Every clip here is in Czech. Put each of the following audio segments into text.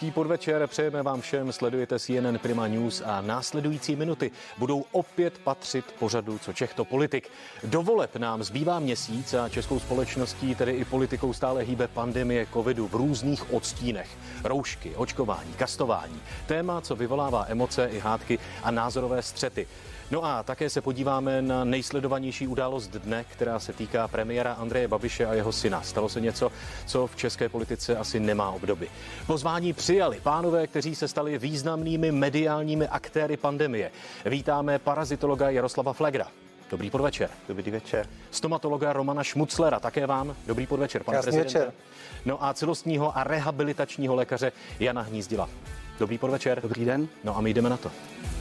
Hezký podvečer, přejeme vám všem, sledujete CNN Prima News a následující minuty budou opět patřit pořadu Co Čech to politik. Do voleb nám zbývá měsíc a českou společností, tedy i politikou, stále hýbe pandemie covidu v různých odstínech. Roušky, očkování, kastování, téma, co vyvolává emoce i hádky a názorové střety. No a také se podíváme na nejsledovanější událost dne, která se týká premiéra Andreje Babiše a jeho syna. Stalo se něco, co v české politice asi nemá obdoby. Pozvání přijali pánové, kteří se stali významnými mediálními aktéry pandemie. Vítáme parazitologa Jaroslava Flegra. Dobrý podvečer. Dobrý večer. Stomatologa Romana Šmuclera, také vám. Dobrý podvečer, pane prezidente. Večer. No a celostního a rehabilitačního lékaře Jana Hnízdila. Dobrý podvečer. Dobrý den. No a my jdeme na to.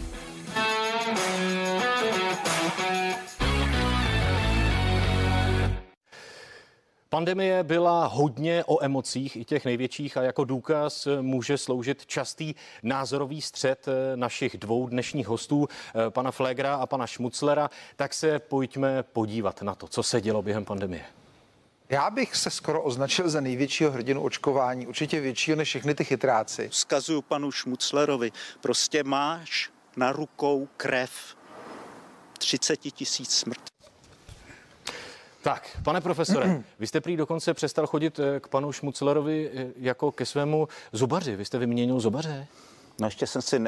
Pandemie byla hodně o emocích, i těch největších, a jako důkaz může sloužit častý názorový střet našich dvou dnešních hostů, pana Flegra a pana Šmuclera. Tak se pojďme podívat na to, co se dělo během pandemie. Já bych se skoro označil za největšího hrdinu očkování, určitě většího než všechny ty chytráci. Vzkazuju panu Šmuclerovi, prostě máš na rukou krev 30 000 smrtvých. Tak, pane profesore, vy jste prý dokonce přestal chodit k panu Šmuclerovi jako ke svému zubaři. Vy jste vyměnil zubaře? No ještě jsem si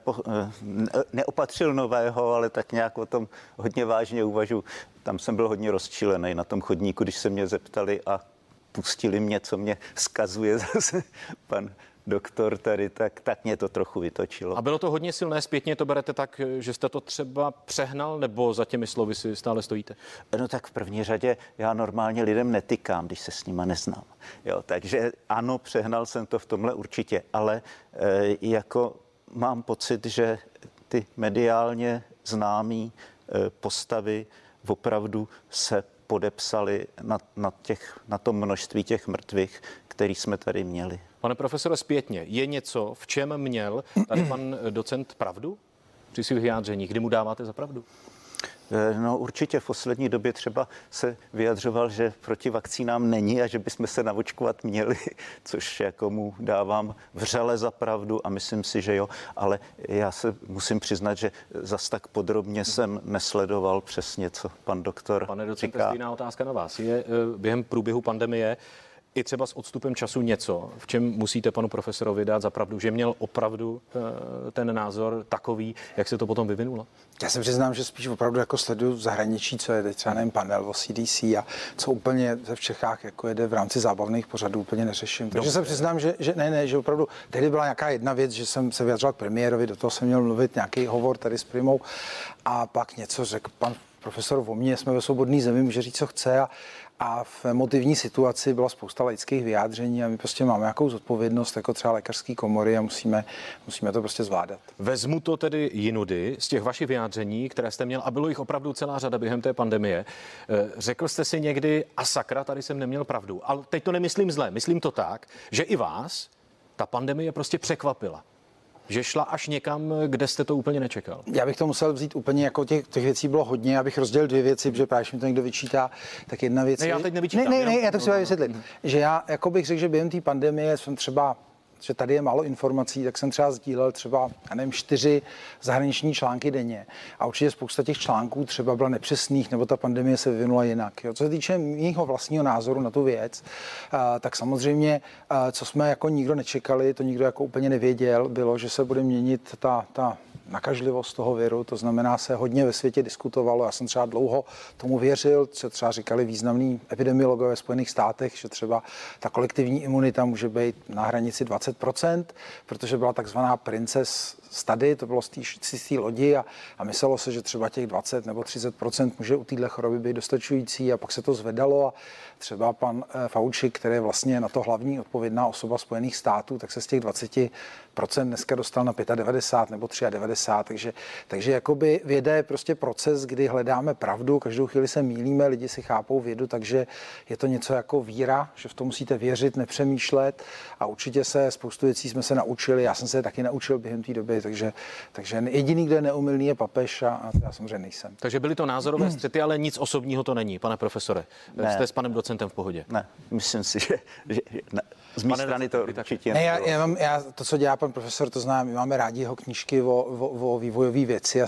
neopatřil nového, ale tak nějak o tom hodně vážně uvažuji. Tam jsem byl hodně rozčilený na tom chodníku, když se mě zeptali a pustili mě, co mě vzkazuje zase pan doktor tady, tak mě to trochu vytočilo. A bylo to hodně silné, zpětně to berete tak, že jste to třeba přehnal, nebo za těmi slovy si stále stojíte? No tak v první řadě já normálně lidem netykám, když se s nima neznám. Jo, takže ano, přehnal jsem to v tomhle určitě, ale jako mám pocit, že ty mediálně známý postavy opravdu se podepsali na tom množství těch mrtvých, který jsme tady měli. Pane profesore, zpětně, je něco, v čem měl tady pan docent pravdu při svých vyjádřeních? Kdy mu dáváte za pravdu? No určitě v poslední době třeba se vyjadřoval, že proti vakcínám není a že bychom se naočkovat měli, což jako mu dávám vřele za pravdu a myslím si, že jo, ale já se musím přiznat, že zas tak podrobně jsem nesledoval přesně, co pan doktor Pane docente, říká. stejná otázka na vás. Je během průběhu pandemie i třeba s odstupem času něco, v čem musíte panu profesorovi dát za pravdu, že měl opravdu ten názor takový, jak se to potom vyvinulo? Já se přiznám, že spíš opravdu jako sleduju v zahraničí, co je teď třeba nevím, panel o CDC a co úplně v Čechách jako jede v rámci zábavných pořadů, úplně neřeším. Takže se přiznám, že opravdu tehdy byla nějaká jedna věc, že jsem se vyjadřoval k premiérovi, do toho jsem měl mluvit nějaký hovor tady s Primou a pak něco řekl pan profesor o mně, jsme ve svobodné zemi, může říct, co chce a v emotivní situaci byla spousta laických vyjádření a my prostě máme nějakou zodpovědnost jako třeba lékařské komory a musíme to prostě zvládat. Vezmu to tedy jinudy z těch vašich vyjádření, které jste měl, a bylo jich opravdu celá řada během té pandemie. Řekl jste si někdy, a sakra, tady jsem neměl pravdu. Ale teď to nemyslím zle, myslím to tak, že i vás ta pandemie prostě překvapila. Že šla až někam, kde jste to úplně nečekal. Já bych to musel vzít úplně, jako těch věcí bylo hodně, abych rozdělil dvě věci, protože právě mi to někdo vyčítá, tak jedna věc. Ne, já teď nevyčítám. Ne, já to chci vysvětlit. Že já jako bych řekl, že během té pandemie jsem třeba, že tady je málo informací, tak jsem třeba sdílel třeba, 4 zahraniční články denně. A určitě spousta těch článků třeba byla nepřesných, nebo ta pandemie se vyvinula jinak. Jo. Co se týče mého vlastního názoru na tu věc, tak samozřejmě, co jsme jako nikdo nečekali, to nikdo jako úplně nevěděl, bylo, že se bude měnit ta nakažlivost toho viru, to znamená, se hodně ve světě diskutovalo. Já jsem třeba dlouho tomu věřil, co třeba říkali významní epidemiologové ve Spojených státech, že třeba ta kolektivní imunita může být na hranici 20%, protože byla takzvaná Princess Study, to bylo z té lodi a myslelo se, že třeba těch 20 nebo 30% může u téhle choroby být dostačující a pak se to zvedalo a třeba pan Fauci, který je vlastně na to hlavní odpovědná osoba Spojených států, tak se z těch 20% dneska dostal na 95 nebo 93, takže jakoby věda je prostě proces, kdy hledáme pravdu, každou chvíli se mýlíme, lidi si chápou vědu, takže je to něco jako víra, že v to musíte věřit, nepřemýšlet a určitě se spoustu věcí jsme se naučili, já jsem se taky naučil během té doby nebyly, takže jediný, kdo je neumylný, je papež a to já samozřejmě nejsem. Takže byly to názorové střety, ale nic osobního to není, pane profesore. Ne. Jste s panem docentem v pohodě? Ne, myslím si, že ne. Z mé strany to určitě ne. Já to, co dělá pan profesor, to znám, my máme rádi jeho knížky o vývojové věci a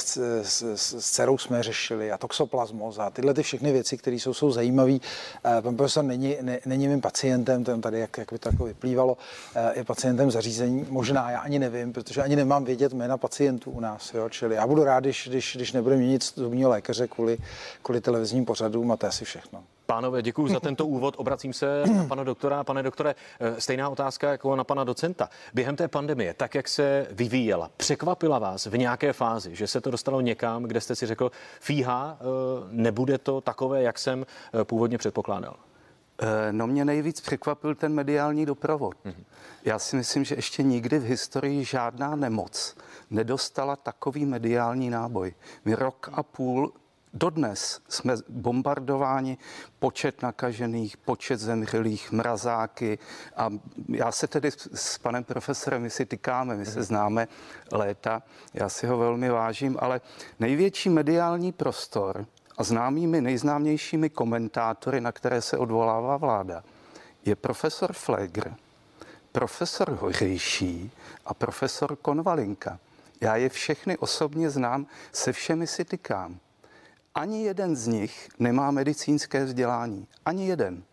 s dcerou jsme řešili a toxoplasmos a tyhle ty všechny věci, které jsou zajímavé. Pan profesor není mým pacientem, ten tady, jak by to jako vyplývalo, je pacientem zařízení. Možná, já ani nevím, protože ani nemám vědět jména pacientů u nás. Jo? Čili já budu rád, když nebude měnit zubního lékaře kvůli televizním pořadům a to je asi všechno. Pánové, děkuji za tento úvod. Obracím se na pana doktora. Pane doktore, stejná otázka jako na pana docenta. Během té pandemie, tak jak se vyvíjela, překvapila vás v nějaké fázi, že se to dostalo někam, kde jste si řekl, fíha, nebude to takové, jak jsem původně předpokládal? No mě nejvíc překvapil ten mediální doprovod. Já si myslím, že ještě nikdy v historii žádná nemoc nedostala takový mediální náboj. My rok a půl dodnes jsme bombardováni počet nakažených, počet zemřelých, mrazáky a já se tedy s panem profesorem, my si tykáme, my se známe léta, já si ho velmi vážím, ale největší mediální prostor a známými nejznámějšími komentátory, na které se odvolává vláda, je profesor Pfleger, profesor Hořejší a profesor Konvalinka. Já je všechny osobně znám, se všemi si tykám. Ani jeden z nich nemá medicínské vzdělání. Ani jeden.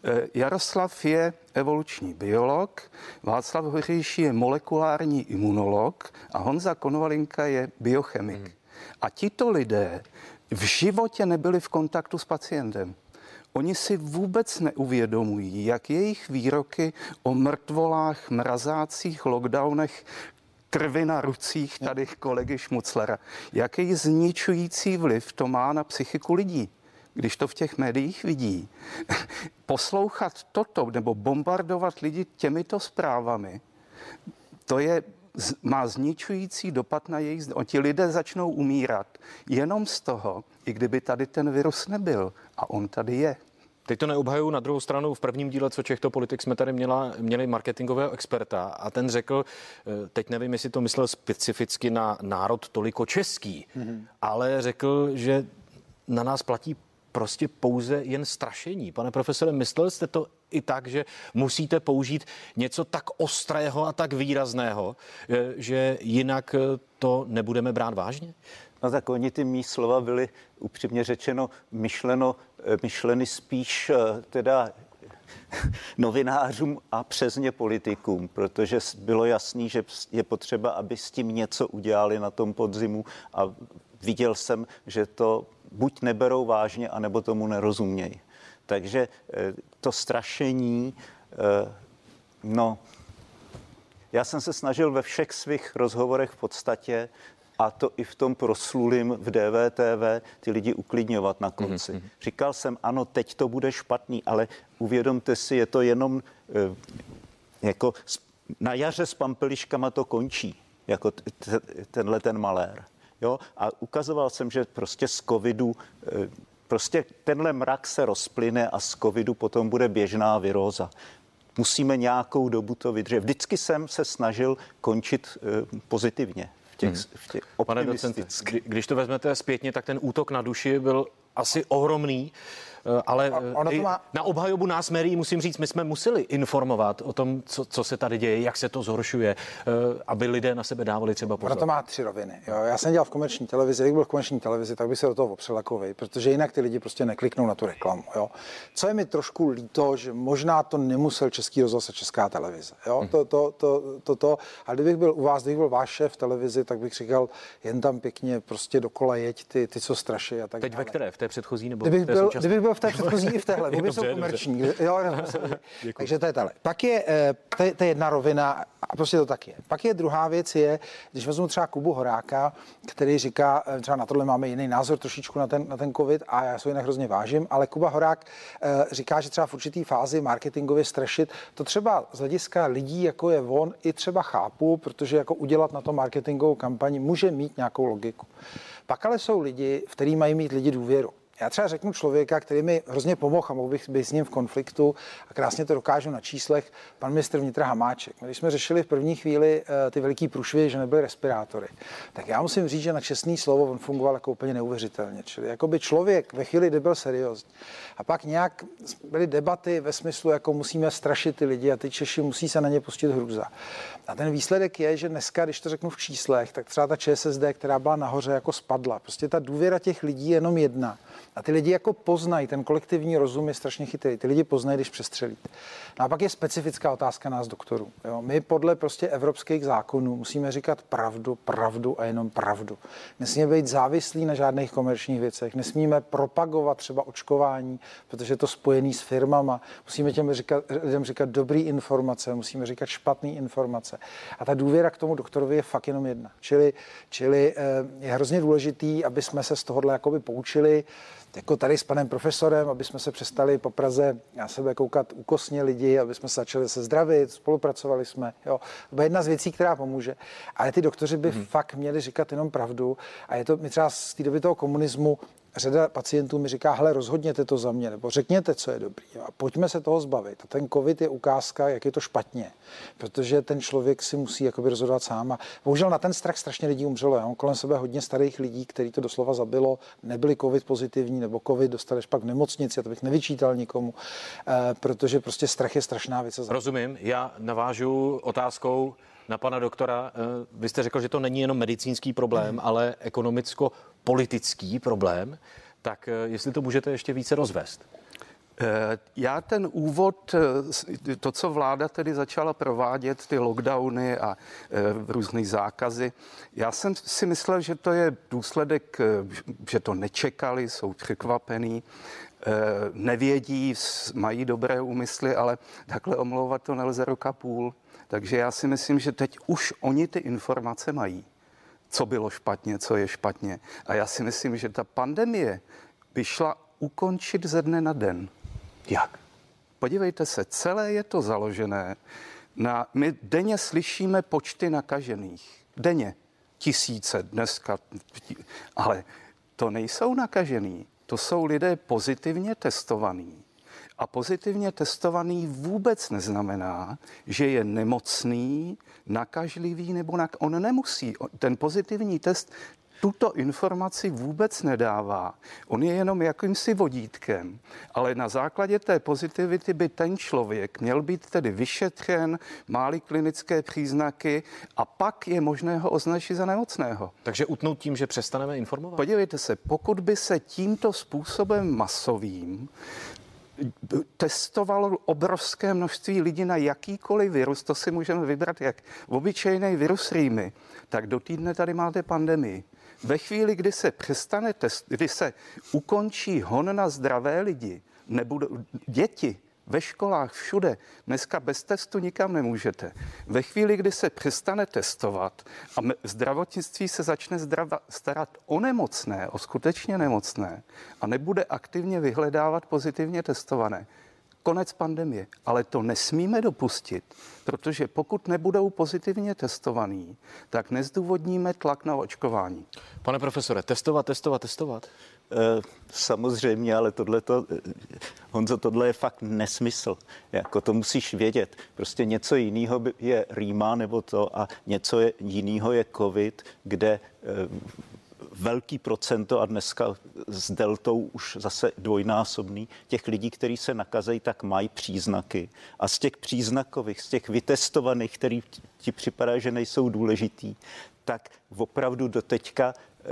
Jaroslav je evoluční biolog, Václav Hořejší je molekulární imunolog a Honza Konvalinka je biochemik. A tito lidé v životě nebyli v kontaktu s pacientem. Oni si vůbec neuvědomují, jak jejich výroky o mrtvolách, mrazácích, lockdownech, krvi na rucích tady kolegy Šmuclera, jaký zničující vliv to má na psychiku lidí, když to v těch médiích vidí. Poslouchat toto nebo bombardovat lidi těmito zprávami, to má zničující dopad na jejich... Ti lidé začnou umírat jenom z toho, i kdyby tady ten virus nebyl. A on tady je. Teď to neobhajuju, na druhou stranu v prvním díle, co Čech to politik, jsme tady měli marketingového experta a ten řekl, teď nevím, jestli to myslel specificky na národ toliko český, ale řekl, že na nás platí prostě pouze jen strašení. Pane profesore, myslel jste to i tak, že musíte použít něco tak ostrého a tak výrazného, že jinak to nebudeme brát vážně? No tak oni ty mý slova byly upřímně řečeno myšleny spíš teda novinářům a přesně politikům, protože bylo jasný, že je potřeba, aby s tím něco udělali na tom podzimu a viděl jsem, že to buď neberou vážně, anebo tomu nerozumějí. Takže to strašení, no, já jsem se snažil ve všech svých rozhovorech v podstatě, a to i v tom proslulým v DVTV, ty lidi uklidňovat na konci. Říkal jsem, ano, teď to bude špatný, ale uvědomte si, je to jenom jako na jaře s pampeliškama to končí, jako tenhle ten malér. Jo? A ukazoval jsem, že prostě z covidu, prostě tenhle mrak se rozplyne a z covidu potom bude běžná viróza. Musíme nějakou dobu to vydržet. Vždycky jsem se snažil končit pozitivně. Pane docente, když to vezmete zpětně, tak ten útok na duši byl asi ohromný, ale na obhajobu nás médií musím říct, my jsme museli informovat o tom, co se tady děje, jak se to zhoršuje, aby lidé na sebe dávali třeba pozor. Ono to má 3 roviny. Jo. Já jsem dělal v komerční televizi, kdybych byl v komerční televizi, tak by se do toho opřel jako vy, protože jinak ty lidi prostě nekliknou na tu reklamu. Jo. Co je mi trošku líto, že možná to nemusel Český rozhlas a Česká televize. Jo. A kdybych byl u vás, kdybych byl váš šéf v televizi, tak bych říkal, jen tam pěkně prostě dokola jeď ty co straší a tak. Teď dále. ve které? V té předchozí nebo kdybych v té současné? Kdybych byl v té předchozí i v téhle, obě jsou komerční. Jo, takže to je tahle. Pak je jedna rovina a prostě to tak je. Pak je druhá věc když vezmu třeba Kubu Horáka, který říká, třeba na tohle máme jiný názor trošičku na ten covid a já se ho jinak hrozně vážím, ale Kuba Horák říká, že třeba v určitý fázi marketingově strašit, to třeba z hlediska lidí, jako je on, i třeba chápu, protože jako udělat na to marketingovou kampani může mít nějakou logiku. Pak ale jsou lidi, v který mají mít lidi důvěru. Já třeba řeknu člověka, který mi hrozně pomohl a mohl bych být s ním v konfliktu a krásně to dokážu na číslech, pan ministr vnitra Hamáček. Když jsme řešili v první chvíli ty veliký průšvihy, že nebyly respirátory, tak já musím říct, že na čestný slovo on fungoval jako úplně neuvěřitelně. Čili jako by člověk ve chvíli, kdy byl seriózní. A pak nějak byly debaty ve smyslu, jako musíme strašit ty lidi a ty Češi musí se na ně pustit hrůza. A ten výsledek je, že dneska, když to řeknu v číslech, tak třeba ta ČSSD, která byla nahoře, jako spadla. Prostě ta důvěra těch lidí je jenom jedna. A ty lidi jako poznají, ten kolektivní rozum je strašně chytrý. Ty lidi poznají, když přestřelíte. No a pak je specifická otázka nás doktorů. Jo? My podle prostě evropských zákonů musíme říkat pravdu a jenom pravdu. Nesmíme být závislí na žádných komerčních věcech. Nesmíme propagovat třeba očkování, protože je to spojený s firmama. Musíme těm lidem říkat dobrý informace, musíme říkat špatné informace. A ta důvěra k tomu doktorovi je fakt jenom jedna. Čili je hrozně důležitý, aby jsme se z tohohle jakoby poučili, jako tady s panem profesorem, aby jsme se přestali po Praze na sebe koukat úkosně lidi, aby jsme se začali se zdravit, spolupracovali jsme. Jo. To je jedna z věcí, která pomůže. Ale ty doktoři by fakt měli říkat jenom pravdu. A je to, my třeba z té doby toho komunismu, řada pacientů mi říká, hele, rozhodněte to za mě, nebo řekněte, co je dobrý. A pojďme se toho zbavit. A ten covid je ukázka, jak je to špatně. Protože ten člověk si musí jakoby rozhodovat sám. A bohužel na ten strach strašně lidí umřelo. Já mám kolem sebe hodně starých lidí, který to doslova zabilo, nebyli covid pozitivní, nebo covid dostali pak v nemocnici, a to bych nevyčítal nikomu, protože prostě strach je strašná věc. Rozumím, já navážu otázkou na pana doktora. Vy jste řekl, že to není jenom medicínský problém, ale ekonomicko-politický problém. Tak jestli to můžete ještě více rozvést. Já ten úvod, to, co vláda tedy začala provádět, ty lockdowny a různé zákazy, já jsem si myslel, že to je důsledek, že to nečekali, jsou překvapení, nevědí, mají dobré úmysly, ale takhle omlouvat to nelze rok a půl. Takže já si myslím, že teď už oni ty informace mají, co bylo špatně, co je špatně. A já si myslím, že ta pandemie by šla ukončit ze dne na den. Jak? Podívejte se, celé je to založené my denně slyšíme počty nakažených. Denně. 1000 dneska. Ale to nejsou nakažený. To jsou lidé pozitivně testovaní. A pozitivně testovaný vůbec neznamená, že je nemocný, nakažlivý nebo on nemusí. Ten pozitivní test tuto informaci vůbec nedává. On je jenom jakýmsi vodítkem, ale na základě té pozitivity by ten člověk měl být tedy vyšetřen, má-li klinické příznaky a pak je možné ho označit za nemocného. Takže utnout tím, že přestaneme informovat? Podívejte se, pokud by se tímto způsobem masovým testovalo obrovské množství lidí na jakýkoliv virus, to si můžeme vybrat jak obyčejný virus rýmy, tak do týdne tady máte pandemii. Ve chvíli, kdy se přestane kdy se ukončí hon na zdravé lidi, nebudou děti ve školách, všude, dneska bez testu nikam nemůžete. Ve chvíli, kdy se přestane testovat a zdravotnictví se začne starat o nemocné, o skutečně nemocné a nebude aktivně vyhledávat pozitivně testované, konec pandemie. Ale to nesmíme dopustit, protože pokud nebudou pozitivně testovaní, tak nezdůvodníme tlak na očkování. Pane profesore, testovat. Samozřejmě, ale Honzo, tohle je fakt nesmysl. Jako to musíš vědět. Prostě něco jiného je rýma nebo to a něco jiného je covid, kde velký procento a dneska s deltou už zase dvojnásobný těch lidí, kteří se nakazejí, tak mají příznaky. A z těch příznakových, z těch vytestovaných, který ti připadá, že nejsou důležitý, tak opravdu do teďka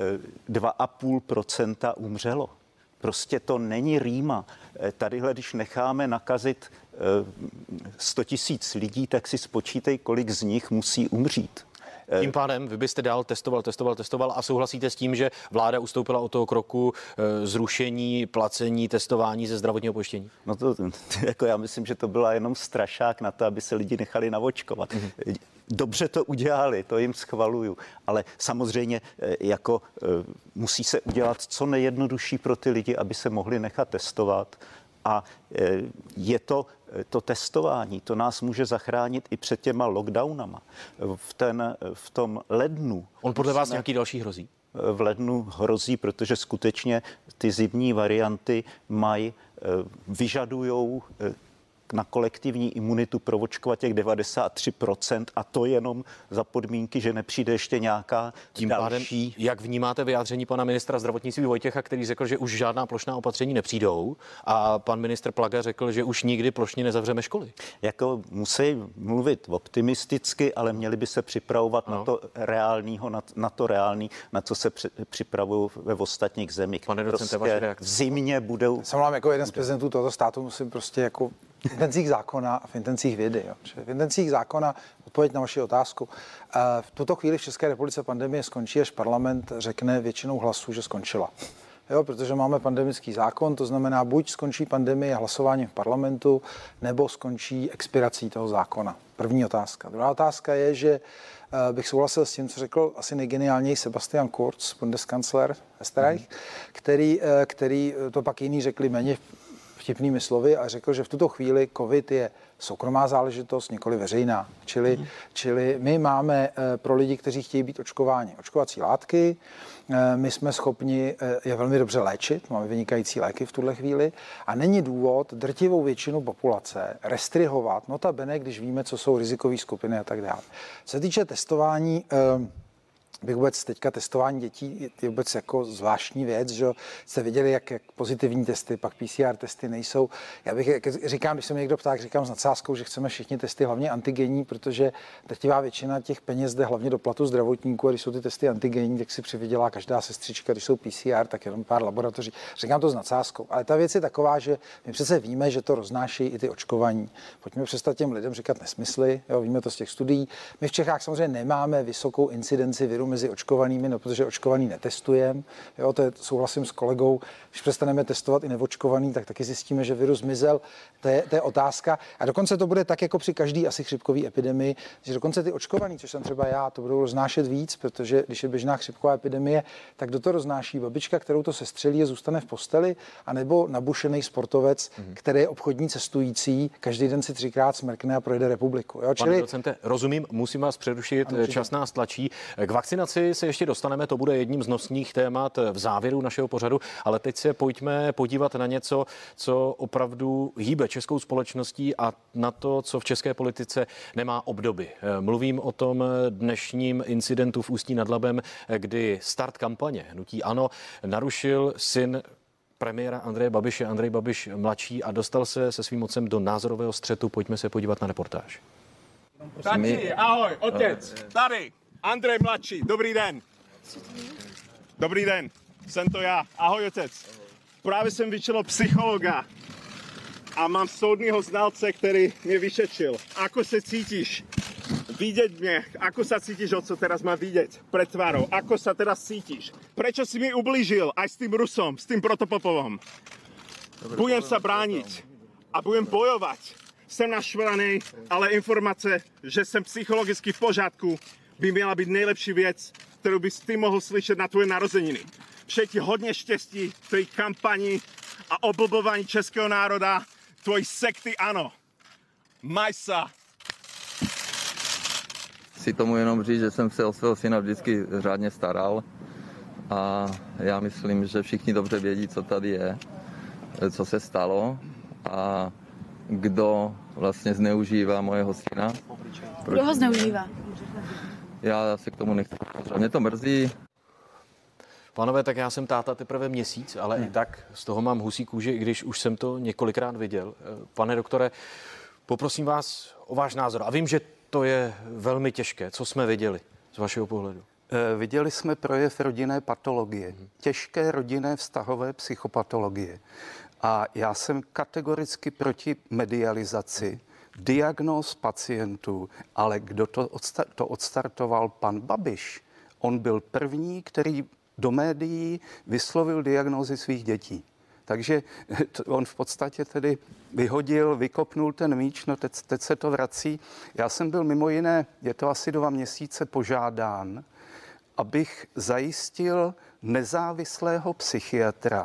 2,5% umřelo. Prostě to není rýma. Tadyhle, když necháme nakazit 100 000 lidí, tak si spočítej, kolik z nich musí umřít. Tím pádem vy byste dál testoval a souhlasíte s tím, že vláda ustoupila od toho kroku zrušení placení testování ze zdravotního pojištění? No to jako já myslím, že to byla jenom strašák na to, aby se lidi nechali navočkovat. Dobře to udělali, to jim schvaluju, ale samozřejmě musí se udělat co nejjednodušší pro ty lidi, aby se mohli nechat testovat. A je to testování, to nás může zachránit i před těma lockdownama. V tom lednu. On podle vás nějaký další hrozí? V lednu hrozí, protože skutečně ty zimní varianty vyžadujou na kolektivní imunitu proočkovat těch 93% a to jenom za podmínky, že nepřijde ještě nějaká tím další. Pádem, jak vnímáte vyjádření pana ministra zdravotnictví Vojtěcha, který řekl, že už žádná plošná opatření nepřijdou, a pan ministr Plaga řekl, že už nikdy plošně nezavřeme školy? Jako musí mluvit optimisticky, ale měli by se připravovat na to reálního, na to reální, na co se připravují ve ostatních zemích. Pane docente, vaše reakce. V zimě budou... Jsem vám jako jeden z prezidentů tohoto státu musím prostě jako v intencích zákona a v intencích vědy. Jo. V intencích zákona, odpověď na vaši otázku, v tuto chvíli v České republice pandemie skončí, až parlament řekne většinou hlasů, že skončila. Jo, protože máme pandemický zákon, to znamená, buď skončí pandemie hlasováním v parlamentu, nebo skončí expirací toho zákona. První otázka. Druhá otázka je, že bych souhlasil s tím, co řekl asi nejgeniálněji Sebastian Kurz, Bundeskancler Österreich, který to pak jiní řekli méně vtipnými slovy a řekl, že v tuto chvíli covid je soukromá záležitost, nikoli veřejná. Čili my máme pro lidi, kteří chtějí být očkováni, očkovací látky, my jsme schopni je velmi dobře léčit, máme vynikající léky v tuhle chvíli a není důvod drtivou většinu populace restrihovat, notabene, když víme, co jsou rizikové skupiny a tak dále. Co se týče testování, bych vůbec teďka testování dětí je vůbec jako zvláštní věc, že jste viděli, jak pozitivní testy, pak PCR testy nejsou. Já bych říkám, když se mě někdo ptá, říkám s nadsázkou, že chceme všichni testy hlavně antigenní, protože drtivá většina těch peněz jde hlavně do platu zdravotníků a když jsou ty testy antigenní, tak si přivydělá každá sestřička, když jsou PCR, tak jenom pár laboratoří. Říkám to s nadsázkou, ale ta věc je taková, že my přece víme, že to roznášejí i ty očkovaní. Pojďme přestat těm lidem říkat nesmysly, jo, víme to z těch studií. My v Čechách samozřejmě nemáme vysokou incidenci viru mezi očkovanými, no, protože očkovaný netestujeme. Jo, to je, souhlasím s kolegou, když přestaneme testovat i neočkovaný, tak taky zjistíme, že virus zmizel. To je otázka. A dokonce to bude tak, jako při každý asi chřipkové epidemii, že dokonce ty očkovaný, což jsem třeba já, to budou roznášet víc, protože když je běžná chřipková epidemie, tak kdo to roznáší? Babička, kterou to sestřelí, je zůstane v posteli, anebo nabušený sportovec, který je obchodní cestující, každý den si 3krát smrkne a projede republiku. Jo, Pane docente, rozumím, musím vás přerušit, čas nás tlačí. K vakcinaci se ještě dostaneme, to bude jedním z nosních témat v závěru našeho pořadu, ale teď se pojďme podívat na něco, co opravdu hýbe českou společností a na to, co v české politice nemá obdoby. Mluvím o tom dnešním incidentu v Ústí nad Labem, kdy start kampaně hnutí ANO narušil syn premiéra Andreje Babiše, Andrej Babiš mladší, a dostal se se svým otcem do názorového střetu. Pojďme se podívat na reportáž. Tati, ahoj, otec, tady, Andrej mladší, dobrý den. Dobrý den, jsem to já, ahoj otec. Právě jsem vyčel psychologa a mám soudního znalce, který mě vyšetřil. Ako se cítíš? Vidět mě, ako sa cítíš, o co teraz má vidět pred tvárou, ako sa teraz cítíš? Prečo si mi ublížil aj s tým Rusom, s tým Protopopovom? Budem sa brániť a budem bojovat. Jsem naštvaný, ale informace, že jsem psychologicky v pořádku, by měla být nejlepší věc, kterou bys ty mohl slyšet na tvoje narozeniny. Přeji ti hodně štěstí v tvojí kampani a oblbování českého národa, tvojí sekty ANO. Maj sa! Chci tomu jenom říct, že jsem se o svého syna vždycky řádně staral a já myslím, že všichni dobře vědí, co tady je, co se stalo a kdo vlastně zneužívá mojeho syna. Kdo ho zneužívá? Já se k tomu nechci. Mě to mrzí. Pánové, tak já jsem táta teprve měsíc, ale i tak z toho mám husí kůži, i když už jsem to několikrát viděl. Pane doktore, poprosím vás o váš názor. A vím, že to je velmi těžké. Co jsme viděli z vašeho pohledu? Viděli jsme projev rodinné patologie. Těžké rodinné vztahové psychopatologie. A já jsem kategoricky proti medializaci diagnóz pacientů, ale kdo to odstartoval? Pan Babiš. On byl první, který do médií vyslovil diagnózy svých dětí. Takže on v podstatě tedy vykopnul ten míč, no teď se to vrací. Já jsem byl mimo jiné, je to asi 2 měsíce, požádán, abych zajistil nezávislého psychiatra,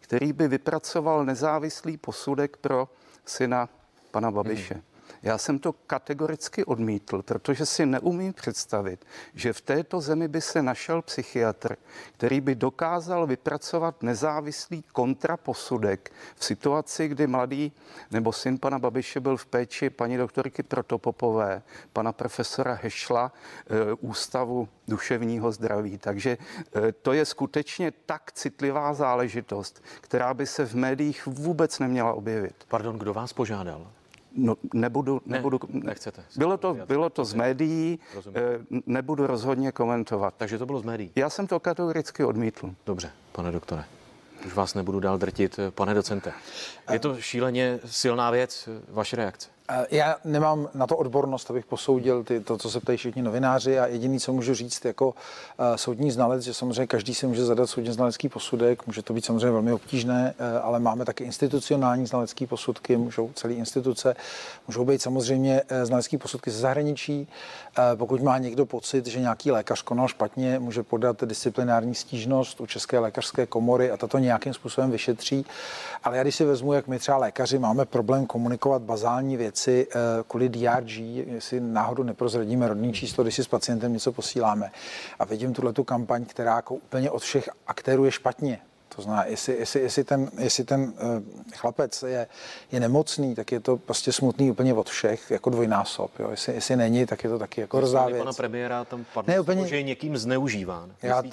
který by vypracoval nezávislý posudek pro syna pana Babiše. Já jsem to kategoricky odmítl, protože si neumím představit, že v této zemi by se našel psychiatr, který by dokázal vypracovat nezávislý kontraposudek v situaci, kdy mladý nebo syn pana Babiše byl v péči paní doktorky Protopopové, pana profesora Hešla, Ústavu duševního zdraví. Takže to je skutečně tak citlivá záležitost, která by se v médiích vůbec neměla objevit. Pardon, kdo vás požádal? No, nebudu. Nechcete. Bylo to z médií, nebudu rozhodně komentovat. Takže to bylo z médií? Já jsem to kategoricky odmítl. Dobře, pane doktore. Už vás nebudu dál drtit. Pane docente, je to šíleně silná věc. Vaše reakce? Já nemám na to odbornost, abych posoudil to, co se ptají všichni novináři, a jediný, co můžu říct jako soudní znalec, že samozřejmě každý si může zadat soudně znalecký posudek, může to být samozřejmě velmi obtížné, ale máme taky institucionální znalecký posudky, můžou celé instituce, můžou být samozřejmě znalecký posudky ze zahraničí. Pokud má někdo pocit, že nějaký lékař konal špatně, může podat disciplinární stížnost u České lékařské komory a tato nějakým způsobem vyšetří. Ale já když si vezmu, jak my třeba lékaři máme problém komunikovat bazální věci kvůli DRG, jestli náhodou neprozradíme rodný číslo, když si s pacientem něco posíláme. A vidím tuhletu kampaň, která jako úplně od všech aktérů je špatně. To znamená, jestli ten chlapec je nemocný, tak je to prostě smutný úplně od všech, jako dvojnásob. Jo. Jestli není, tak je to taky jako hrozná věc. Pana premiéra tam padlo, že je někým zneužíván.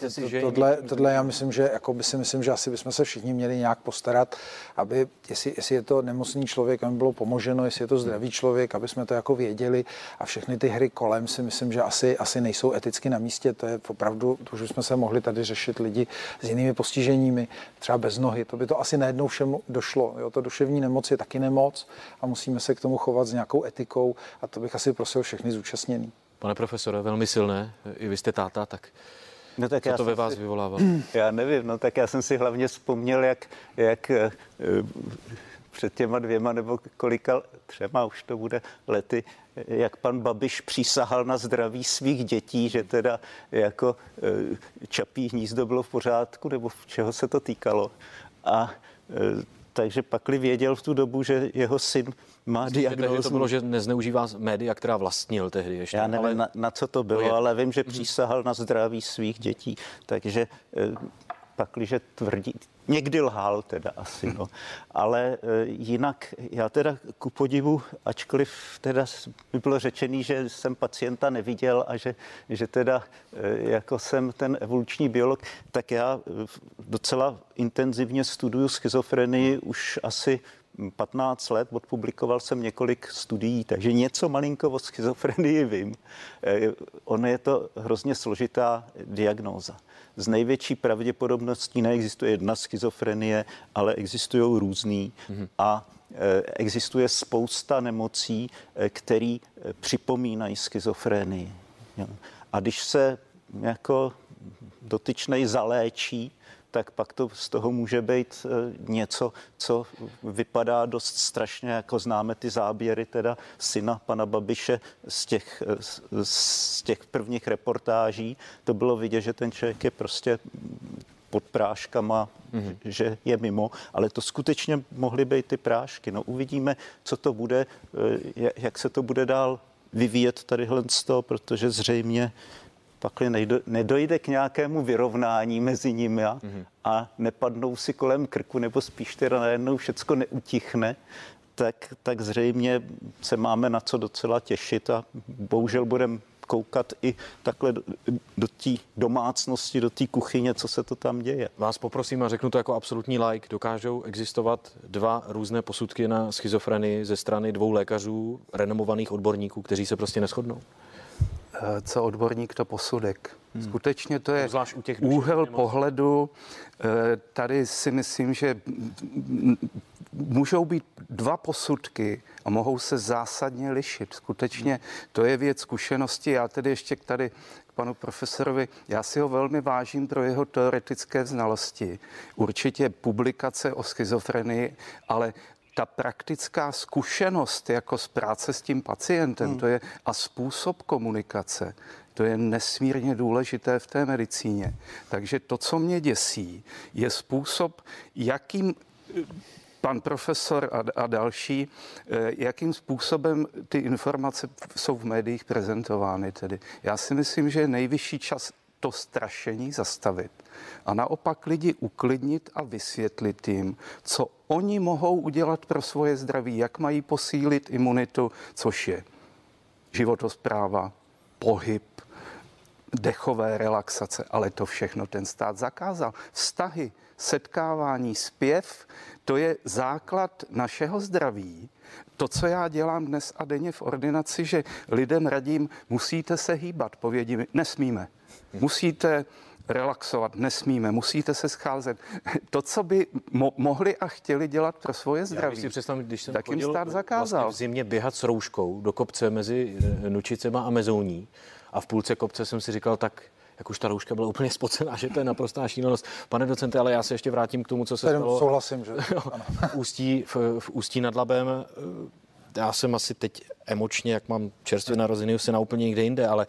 Tohle já myslím, že myslím, že asi bychom se všichni měli nějak postarat, aby, jestli je to nemocný člověk, aby bylo pomoženo, jestli je to zdravý člověk, aby jsme to jako věděli, a všechny ty hry kolem si myslím, že asi nejsou eticky na místě. To je opravdu, to už jsme se mohli tady řešit lidi s jinými postiženími, třeba bez nohy, to by to asi najednou všemu došlo. Jo? To duševní nemoc je taky nemoc a musíme se k tomu chovat s nějakou etikou, a to bych asi prosil všechny zúčastněný. Pane profesore, velmi silné, i vy jste táta, tak no tak co to ve vás vyvolávalo? Já nevím, no tak já jsem si hlavně vzpomněl, jak před těma 2 nebo kolika 3 už to bude lety, jak pan Babiš přísahal na zdraví svých dětí, že teda jako Čapí hnízdo bylo v pořádku, nebo čeho se to týkalo. A takže pakli věděl v tu dobu, že jeho syn má diagnózu. To bylo, že nezneužívá média, která vlastnil tehdy ještě. Já nevím, ale na co to bylo, ale vím, že přísahal na zdraví svých dětí. Takže pakliže tvrdí, někdy lhal teda asi, no. Ale jinak já teda ku podivu, ačkoliv teda by bylo řečený, že jsem pacienta neviděl a že teda jako jsem ten evoluční biolog, tak já docela intenzivně studuju schizofrenii už asi 15 let, odpublikoval jsem několik studií, takže něco malinko o schizofrenii vím. Ono je to hrozně složitá diagnóza. Z největší pravděpodobností neexistuje jedna schizofrenie, ale existují různý a existuje spousta nemocí, které připomínají schizofrenii. A když se jako dotyčnej zaléčí, tak pak to z toho může být něco, co vypadá dost strašně, jako známe ty záběry teda syna pana Babiše z těch prvních reportáží. To bylo vidět, že ten člověk je prostě pod práškama, že je mimo, ale to skutečně mohly být ty prášky. No uvidíme, co to bude, jak se to bude dál vyvíjet tadyhle z toho, protože zřejmě pakli nedojde k nějakému vyrovnání mezi nimi a nepadnou si kolem krku, nebo spíš teda najednou všecko neutichne, tak zřejmě se máme na co docela těšit a bohužel budeme koukat i takhle do té domácnosti, do té kuchyně, co se to tam děje. Vás poprosím a řeknu to jako absolutní laik. Dokážou existovat 2 různé posudky na schizofrenii ze strany 2 lékařů, renomovaných odborníků, kteří se prostě neshodnou? Co odborník, to posudek. Skutečně to je úhel pohledu. Tady si myslím, že můžou být 2 posudky a mohou se zásadně lišit. Skutečně to je věc zkušenosti. Já tedy ještě k panu profesorovi, já si ho velmi vážím pro jeho teoretické znalosti. Určitě publikace o schizofrenii, ale ta praktická zkušenost jako z práce s tím pacientem, to je a způsob komunikace, to je nesmírně důležité v té medicíně. Takže to, co mě děsí, je způsob, jakým pan profesor a další, jakým způsobem ty informace jsou v médiích prezentovány. Tedy já si myslím, že je nejvyšší čas to strašení zastavit a naopak lidi uklidnit a vysvětlit jim, co oni mohou udělat pro svoje zdraví, jak mají posílit imunitu, což je životospráva, pohyb, dechové relaxace, ale to všechno ten stát zakázal. Vztahy, setkávání, zpěv, to je základ našeho zdraví. To, co já dělám dnes a denně v ordinaci, že lidem radím, musíte se hýbat, povědí mi, nesmíme. Musíte relaxovat, nesmíme, musíte se scházet. To, co by mohli a chtěli dělat pro svoje zdraví, já si představím, když jsem tak jim chodil stát zakázal. vlastně v zimě běhat s rouškou do kopce mezi Nučicema a Mezouní a v půlce kopce jsem si říkal, tak jak už ta rouška byla úplně spocená, že to je naprostá šílenost. Pane docente, ale já se ještě vrátím k tomu, co se stalo. Souhlasím, že? v Ústí nad Labem. Já jsem asi teď emočně, jak mám čerstvě narozený, se na úplně někde jinde, ale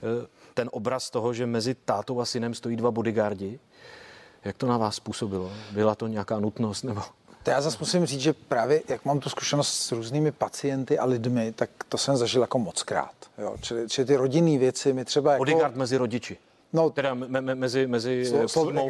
ten obraz toho, že mezi tátou a synem stojí dva bodyguardi, jak to na vás způsobilo? Byla to nějaká nutnost nebo... To já zase musím říct, že právě jak mám tu zkušenost s různými pacienty a lidmi, tak to jsem zažil jako mockrát. Jo? Čili ty rodinné věci mi třeba jako... Bodyguard mezi rodiči. No, teda mezi přímou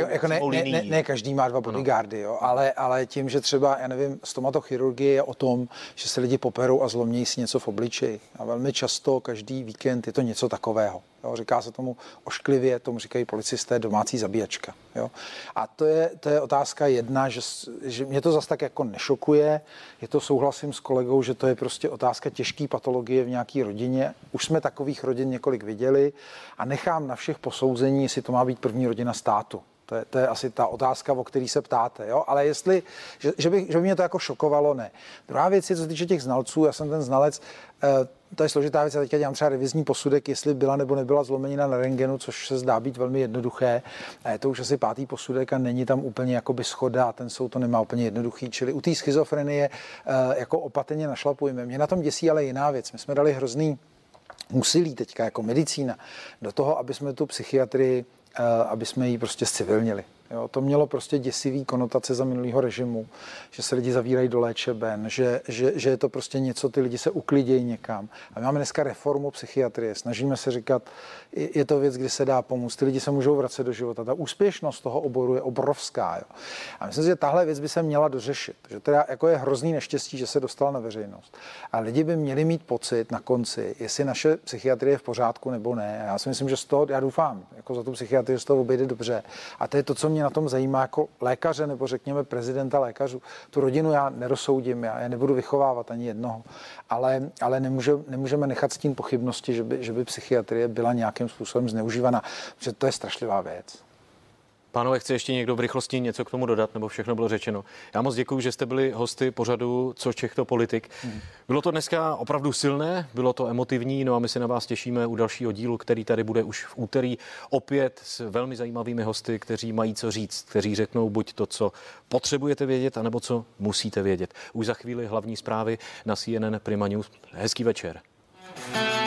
ne každý má dva bodyguardy, jo, ale tím, že třeba, já nevím, stomatochirurgie je o tom, že se lidi poperou a zlomí si něco v obličeji. A velmi často každý víkend je to něco takového. Jo, říká se tomu ošklivě, tomu říkají policisté domácí zabíjačka. Jo. A to je otázka jedna, že mě to zase tak jako nešokuje. Je to, souhlasím s kolegou, že to je prostě otázka těžké patologie v nějaké rodině. Už jsme takových rodin několik viděli a nechám na všech posouzení, jestli to má být první rodina státu. To je asi ta otázka, o který se ptáte. Jo? Ale jestli, že by mě to jako šokovalo, ne. Druhá věc je, co se týče těch znalců, já jsem ten znalec, to je složitá věc, já teďka dělám třeba revizní posudek, jestli byla nebo nebyla zlomenina na rentgenu, což se zdá být velmi jednoduché. A je to už asi 5. posudek a není tam úplně jakoby shoda a ten soud to nemá úplně jednoduchý. Čili u té schizofrenie jako opatrně našlapujeme. Mě na tom děsí ale jiná věc. My jsme dali hrozný úsilí teďka jako medicína do toho, aby jsme tu psychiatrii aby jsme ji prostě zcivilnili. Jo, to mělo prostě děsivý konotace za minulého režimu, že se lidi zavírají do léčeben, že je to prostě něco, ty lidi se uklidějí někam. A my máme dneska reformu psychiatrie. Snažíme se říkat, je to věc, kdy se dá pomoct. Ty lidi se můžou vracet do života. Ta úspěšnost toho oboru je obrovská. Jo. A myslím si, že tahle věc by se měla dořešit. Že teda jako je hrozný neštěstí, že se dostala na veřejnost. A lidi by měli mít pocit na konci, jestli naše psychiatrie je v pořádku nebo ne. A já si myslím, že z toho, já doufám, jako za tu psychiatrii z toho obejde dobře. A to je to, co mě na tom zajímá jako lékaře nebo řekněme prezidenta lékařů. Tu rodinu já nerozsoudím, já nebudu vychovávat ani jednoho, ale nemůžeme nechat s tím pochybnosti, že by psychiatrie byla nějakým způsobem zneužívaná, protože to je strašlivá věc. Pánové, chce ještě někdo v rychlosti něco k tomu dodat, nebo všechno bylo řečeno? Já moc děkuji, že jste byli hosty pořadu Co Čech to politik. Bylo to dneska opravdu silné, bylo to emotivní, no a my se na vás těšíme u dalšího dílu, který tady bude už v úterý. Opět s velmi zajímavými hosty, kteří mají co říct, kteří řeknou buď to, co potřebujete vědět, anebo co musíte vědět. Už za chvíli hlavní zprávy na CNN Prima News. Hezký večer.